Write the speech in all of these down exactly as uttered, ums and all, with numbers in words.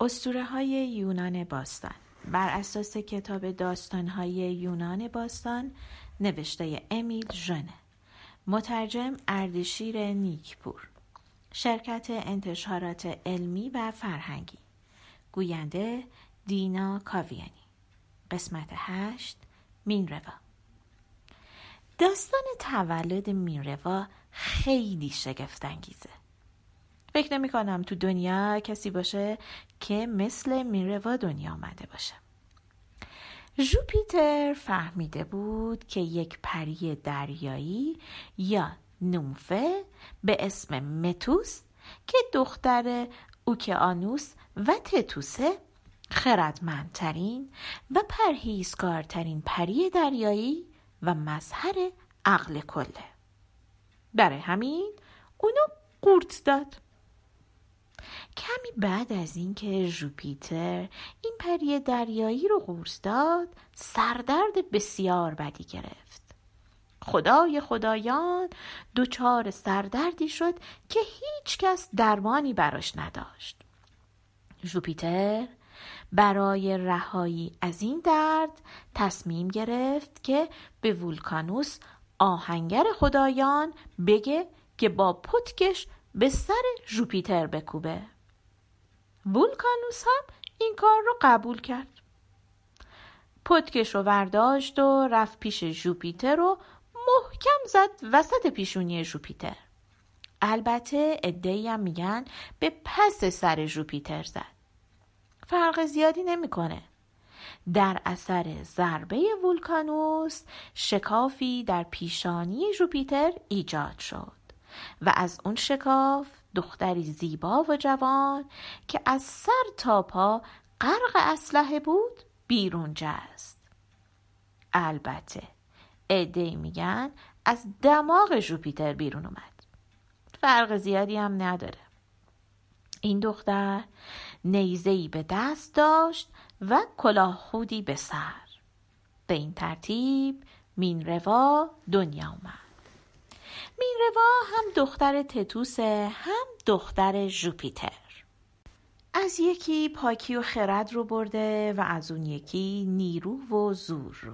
اسطوره‌های یونان باستان بر اساس کتاب داستان‌های یونان باستان نوشته امیل ژنه، مترجم اردشیر نیکپور، شرکت انتشارات علمی و فرهنگی، گوینده دینا کاویانی. قسمت هشت، مینروا. داستان تولد مینروا خیلی شگفت انگیزه. فکر نمی کنم تو دنیا کسی باشه که مثل مینروا دنیا آمده باشه. ژوپیتر فهمیده بود که یک پری دریایی یا نومفه به اسم متوس که دختر اوکیانوس و تتوسه خردمندترین و پرهیزکارترین پری دریایی و مظهر عقل کله. برای همین اونو قورت داد. کمی بعد از اینکه ژوپیتر این پری دریایی رو قورت داد، سردرد بسیار بدی گرفت. خدای خدایان دچار سردردی شد که هیچ کس درمانی براش نداشت. ژوپیتر برای رهایی از این درد تصمیم گرفت که به وولکانوس آهنگر خدایان بگه که با پتکش به سر ژوپیتر بکوبه. وولکانوس هم این کار رو قبول کرد. پتکش رو برداشت و رفت پیش ژوپیتر و محکم زد وسط پیشونی ژوپیتر. البته عده‌ای هم میگن به پس سر ژوپیتر زد. فرق زیادی نمیکنه. در اثر ضربه وولکانوس شکافی در پیشانی ژوپیتر ایجاد شد و از اون شکاف دختری زیبا و جوان که از سر تا پا غرق اسلحه بود بیرون جست. البته عده‌ای میگن از دماغ ژوپیتر بیرون اومد. فرق زیادی هم نداره. این دختر نیزه‌ای به دست داشت و کلاهخودی به سر. به این ترتیب مینروا دنیا اومد. مینروا هم دختر تتوسه، هم دختر ژوپیتر. از یکی پاکی و خرد رو برده و از اون یکی نیرو و زور رو.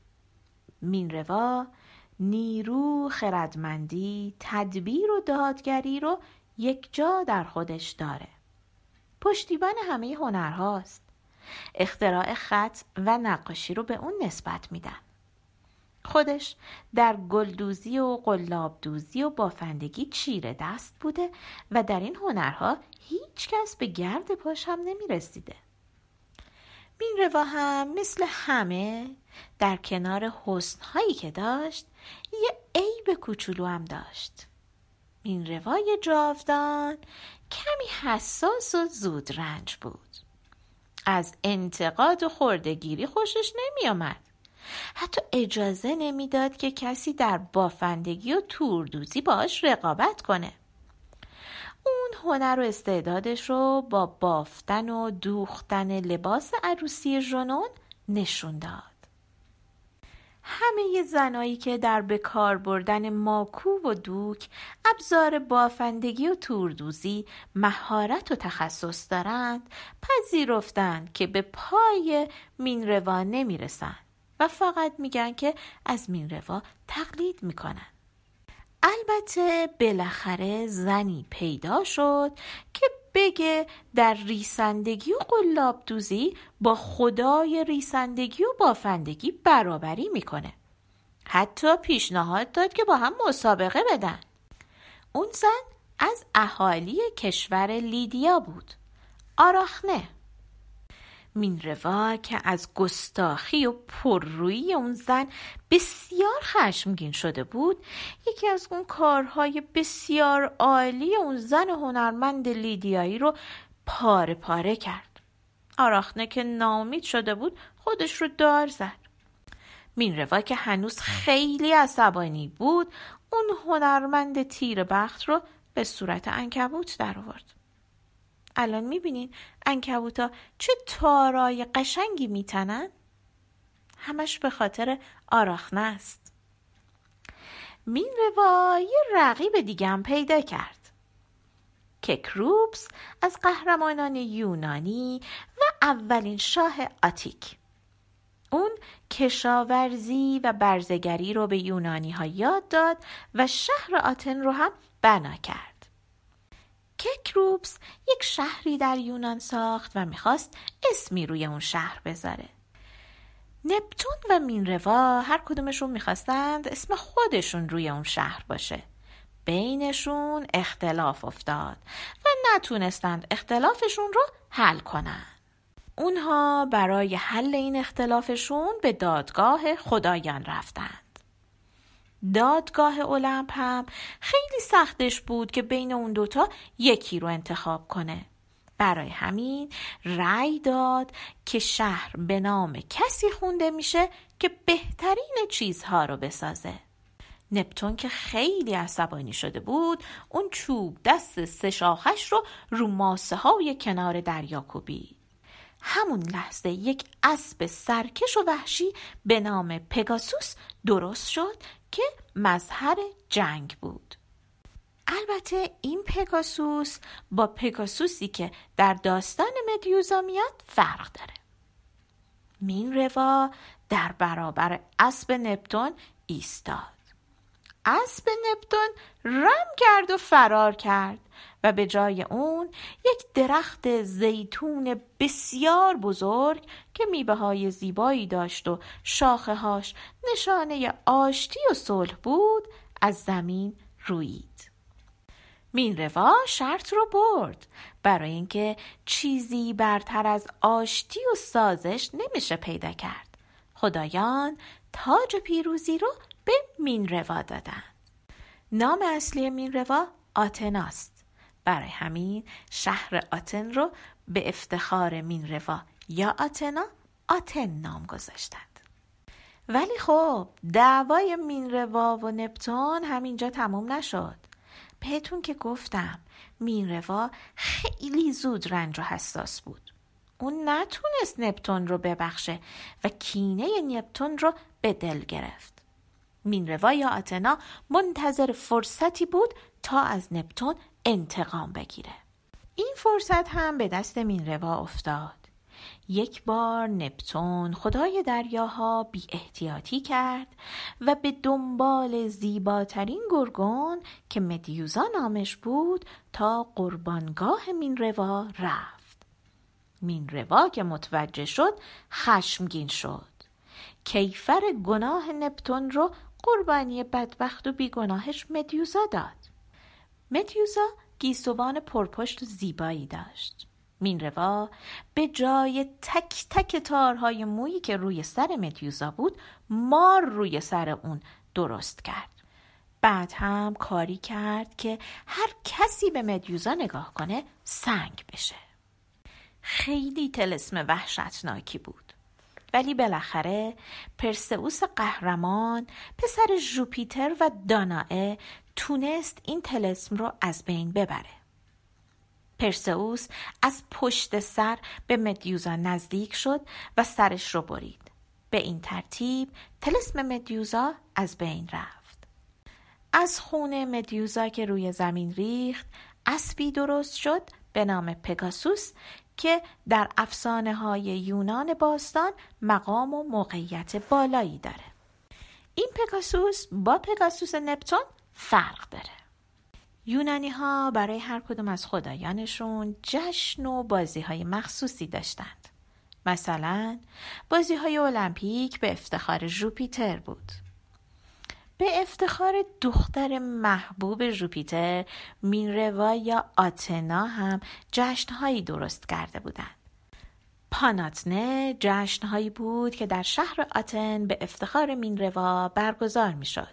مینروا نیرو، خردمندی، تدبیر و دادگری رو یک جا در خودش داره. پشتیبان همه هنرهاست. اختراع خط و نقاشی رو به اون نسبت میدن. خودش در گلدوزی و قلابدوزی و بافندگی چیره دست بوده و در این هنرها هیچ کس به گرد پاش هم نمی رسیده. مینروا هم مثل همه در کنار حسنهایی که داشت یه عیب کوچولو هم داشت. مینروای جاودان کمی حساس و زود رنج بود. از انتقاد و خردگیری خوشش نمی آمد. حتی اجازه نمیداد که کسی در بافندگی و توردوزی باهاش رقابت کنه. اون هنر و استعدادش رو با بافتن و دوختن لباس عروسی ژنون نشون داد. همه زنایی که در بکار بردن ماکو و دوک، ابزار بافندگی و توردوزی مهارت و تخصص دارند، پذیرفتند که به پای مینروا نمیرسن و فقط میگن که از مینروا تقلید میکنن. البته بالاخره زنی پیدا شد که بگه در ریسندگی و قلابدوزی با خدای ریسندگی و بافندگی برابری میکنه. حتی پیشنهاد داد که با هم مسابقه بدن. اون زن از اهالی کشور لیدیا بود، آراخنه. مینروا که از گستاخی و پررویی اون زن بسیار خشمگین شده بود، یکی از اون کارهای بسیار عالی اون زن هنرمند لیدیایی رو پاره پاره کرد. آراخنه که ناامید شده بود خودش رو دار زد. مینروا که هنوز خیلی عصبانی بود، اون هنرمند تیر بخت رو به صورت عنکبوت در آورد. الان میبینین عنکبوتا چه تارای قشنگی میتنن؟ همش به خاطر آراخنه است. مینروا یه رقیب دیگه هم پیدا کرد. ککروپس از قهرمانان یونانی و اولین شاه آتیک. اون کشاورزی و برزگری رو به یونانی ها یاد داد و شهر آتن رو هم بنا کرد. ککروپس یک شهری در یونان ساخت و میخواست اسمی روی اون شهر بذاره. نپتون و مینروا هر کدومشون میخواستند اسم خودشون روی اون شهر باشه. بینشون اختلاف افتاد و نتونستند اختلافشون رو حل کنن. اونها برای حل این اختلافشون به دادگاه خدایان رفتند. دادگاه المپ هم خیلی سختش بود که بین اون دوتا یکی رو انتخاب کنه. برای همین رأی داد که شهر به نام کسی خونده میشه که بهترین چیزها رو بسازه. نپتون که خیلی عصبانی شده بود، اون چوب دست سه شاخش رو رو ماسه های کنار دریا کوبید. همون لحظه یک اسب سرکش و وحشی به نام پگاسوس درست شد که مظهر جنگ بود. البته این پگاسوس با پگاسوسی که در داستان مدیوزا میاد فرق داره. مینروا در برابر اسب نپتون ایستاد. اسب نپتون رم کرد و فرار کرد و به جای اون یک درخت زیتون بسیار بزرگ که میوه‌های زیبایی داشت و شاخه‌هاش نشانه آشتی و صلح بود از زمین رویید. مینروا شرط رو برد. برای اینکه چیزی برتر از آشتی و سازش نمیشه پیدا کرد. خدایان تاج پیروزی رو به مینروا دادن. نام اصلی مینروا آتناست. برای همین شهر آتن رو به افتخار مینروا یا آتنا آتن نام گذاشتند. ولی خب دعوای مینروا و نپتون همینجا تموم نشد. بهتون که گفتم مینروا خیلی زود رنج و حساس بود. اون نتونست نپتون رو ببخشه و کینه نپتون رو به دل گرفت. مینروا یا آتنا منتظر فرصتی بود تا از نپتون انتقام بگیره. این فرصت هم به دست مینروا افتاد. یک بار نپتون خدای دریاها بی احتیاطی کرد و به دنبال زیباترین گرگون که مدیوزا نامش بود تا قربانگاه مینروا رفت. مینروا که متوجه شد خشمگین شد. کیفر گناه نپتون رو قربانی بدبخت و بیگناهش مدیوزا داد. مدیوزا گیسوان پرپشت و زیبایی داشت. مینروا به جای تک تک تارهای مویی که روی سر مدیوزا بود مار روی سر اون درست کرد. بعد هم کاری کرد که هر کسی به مدیوزا نگاه کنه سنگ بشه. خیلی طلسم وحشتناکی بود. ولی بالاخره پرسئوس قهرمان پسر ژوپیتر و دانائه تونست این طلسم رو از بین ببره. پرسئوس از پشت سر به مدیوزا نزدیک شد و سرش رو برید. به این ترتیب طلسم مدیوزا از بین رفت. از خون مدیوزا که روی زمین ریخت اسبی درست شد به نام پگاسوس که در افسانه های یونان باستان مقام و موقعیت بالایی داره. این پگاسوس با پگاسوس نپتون فرق داره. یونانی ها برای هر کدوم از خدایانشون جشن و بازی های مخصوصی داشتند. مثلا بازی های المپیک به افتخار ژوپیتر بود. به افتخار دختر محبوب ژوپیتر مینروا یا آتنا هم جشنهایی درست کرده بودند. پاناتنه جشنهایی بود که در شهر آتن به افتخار مینروا برگزار می شد.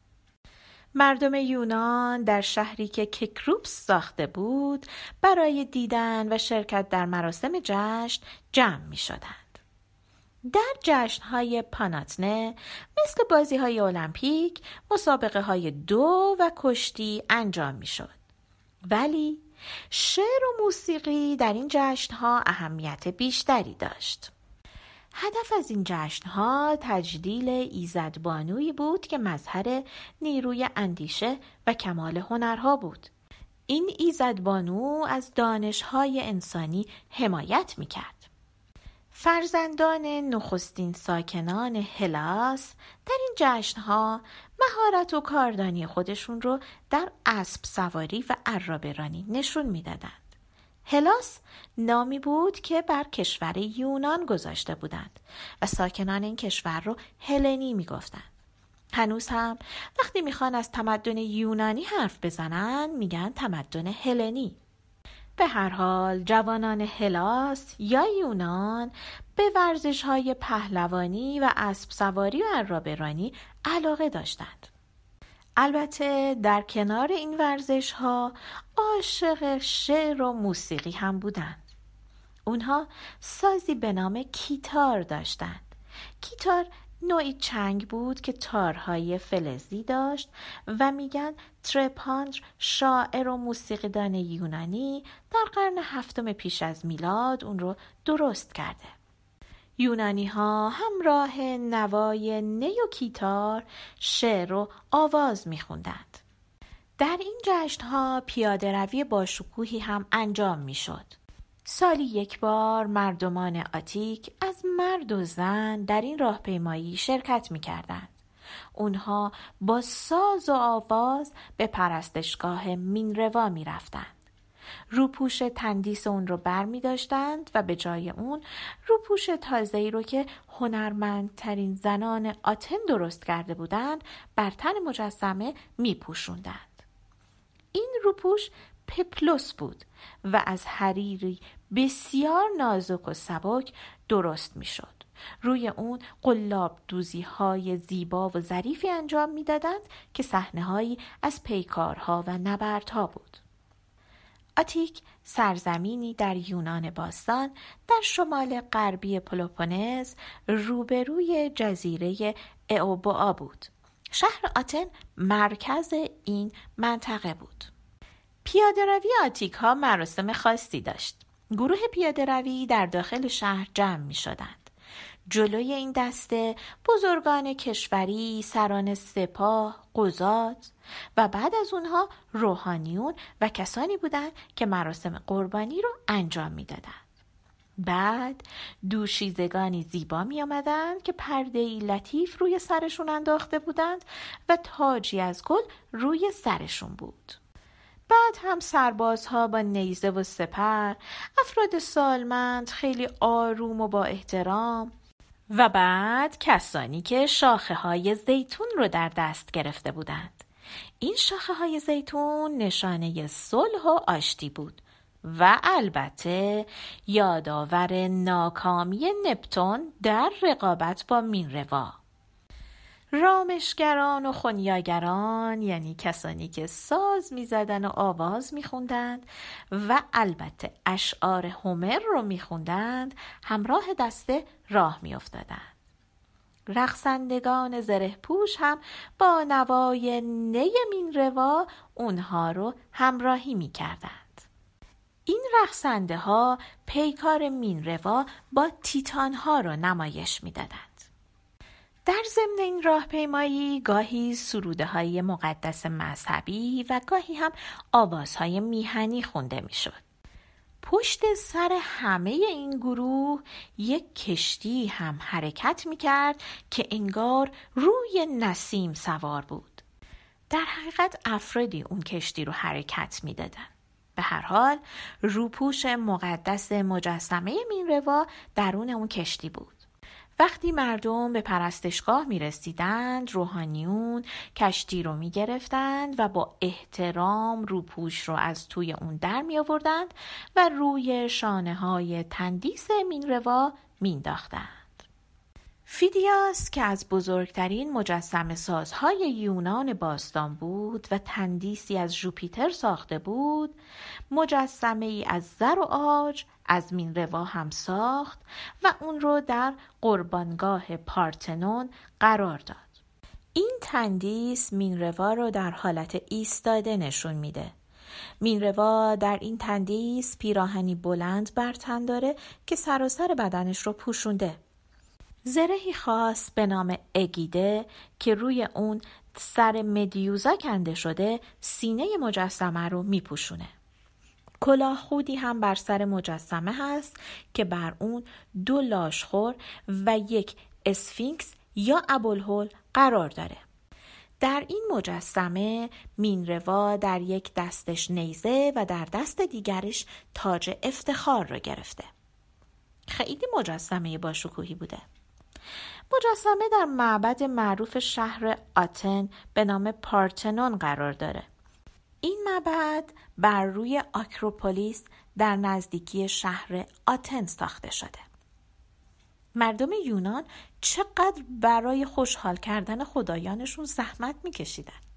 مردم یونان در شهری که ککروپس ساخته بود برای دیدن و شرکت در مراسم جشن جمع می شدند. در جشن‌های پاناتنه مثل بازی‌های المپیک مسابقه های دو و کشتی انجام می شد. ولی شعر و موسیقی در این جشن‌ها اهمیت بیشتری داشت. هدف از این جشن‌ها تجلیل ایزدبانویی بود که مظهر نیروی اندیشه و کمال هنرها بود. این ایزدبانو از دانش‌های انسانی حمایت می‌کرد. فرزندان نخستین ساکنان هلاس در این جشن‌ها مهارت و کاردانی خودشون رو در اسب سواری و عرابه رانی نشون می‌دادند. هلاس نامی بود که بر کشور یونان گذاشته بودند و ساکنان این کشور رو هلنی می‌گفتند. هنوز هم وقتی میخوان از تمدن یونانی حرف بزنن میگن تمدن هلنی. به هر حال جوانان هلاس یا یونان به ورزش‌های پهلوانی و اسب سواری و عرابه رانی علاقه داشتند. البته در کنار این ورزش‌ها عاشق شعر و موسیقی هم بودند. اونها سازی به نام کیتار داشتند. کیتار نوعی چنگ بود که تارهای فلزی داشت و میگن ترپاندر شاعر و موسیقیدان یونانی در قرن هفتم پیش از میلاد اون رو درست کرده. یونانی ها همراه نوای نی و کیتار شعر و آواز میخوندند. در این جشن ها پیاده روی باشکوهی هم انجام میشد. سالی یک بار مردمان آتیک از مرد و زن در این راهپیمایی شرکت می‌کردند. اونها با ساز و آواز به پرستشگاه مینروا می‌رفتند. روپوش تندیس اون رو بر می‌داشتند و به جای اون روپوش تازه‌ای رو که هنرمندترین زنان آتن درست کرده بودند بر تن مجسمه می‌پوشوندند. این روپوش پپلوس بود و از حریری بسیار نازک و سبک درست می شد. روی اون قلاب دوزی های زیبا و ظریفی انجام می دادند که صحنه هایی از پیکارها و نبردها بود. آتیک سرزمینی در یونان باستان در شمال غربی پلوپونز روبروی جزیره ائوبوآ بود. شهر آتن مرکز این منطقه بود. پیاده روی آتیک ها مراسم خاصی داشت. گروه پیاده روی در داخل شهر جمع می شدند. جلوی این دسته بزرگان کشوری، سران سپاه، قضات و بعد از اونها روحانیون و کسانی بودند که مراسم قربانی رو انجام می دادند. بعد دوشیزگانی زیبا می آمدند که پرده‌ای لطیف روی سرشون انداخته بودند و تاجی از گل روی سرشون بود. بعد هم سربازها با نیزه و سپر، افراد سالمند خیلی آروم و با احترام و بعد کسانی که شاخه های زیتون رو در دست گرفته بودند. این شاخه های زیتون نشانه صلح و آشتی بود و البته یادآور ناکامی نپتون در رقابت با مینروا. رامشگران و خنیاگران یعنی کسانی که ساز می زدن و آواز می خوندند و البته اشعار هومر رو می خوندند همراه دسته راه می افتادند. رقصندگان زره پوش هم با نوای نی مینروا اونها رو همراهی می کردند. این رقصنده ها پیکار مینروا با تیتان ها رو نمایش می دادند. در ضمن این راهپیمایی گاهی سروده های مقدس مذهبی و گاهی هم آوازهای میهنی خونده می شد. پشت سر همه این گروه یک کشتی هم حرکت می کرد که انگار روی نسیم سوار بود. در حقیقت افرادی اون کشتی رو حرکت می دادن. به هر حال روپوش مقدس مجسمه مینروا درون اون کشتی بود. وقتی مردم به پرستشگاه می رسیدند، روحانیون کشتی رو می گرفتند و با احترام روپوش رو از توی اون در می آوردند و روی شانه های تندیس مینروا می انداختند. فیدیاس که از بزرگترین مجسمه سازهای یونان باستان بود و تندیسی از ژوپیتر ساخته بود، مجسمه ای از زر و عاج از مینروا هم ساخت و اون رو در قربانگاه پارتنون قرار داد. این تندیس مینروا رو در حالت ایستاده نشون میده. مینروا در این تندیس پیراهنی بلند بر تن داره که سراسر بدنش رو پوشونده. زرهی خاص به نام اگیده که روی اون سر مدیوزا کنده شده سینه مجسمه رو میپوشونه. کلاه خودی هم بر سر مجسمه هست که بر اون دو لاشخور و یک اسفینکس یا ابوالهول قرار داره. در این مجسمه مینروا در یک دستش نیزه و در دست دیگرش تاج افتخار رو گرفته. خیلی مجسمه باشکوهی بوده. مجسمه در معبد معروف شهر آتن به نام پارتنون قرار داره. این معبد بر روی آکروپولیس در نزدیکی شهر آتن ساخته شده. مردم یونان چقدر برای خوشحال کردن خدایانشون زحمت میکشیدن.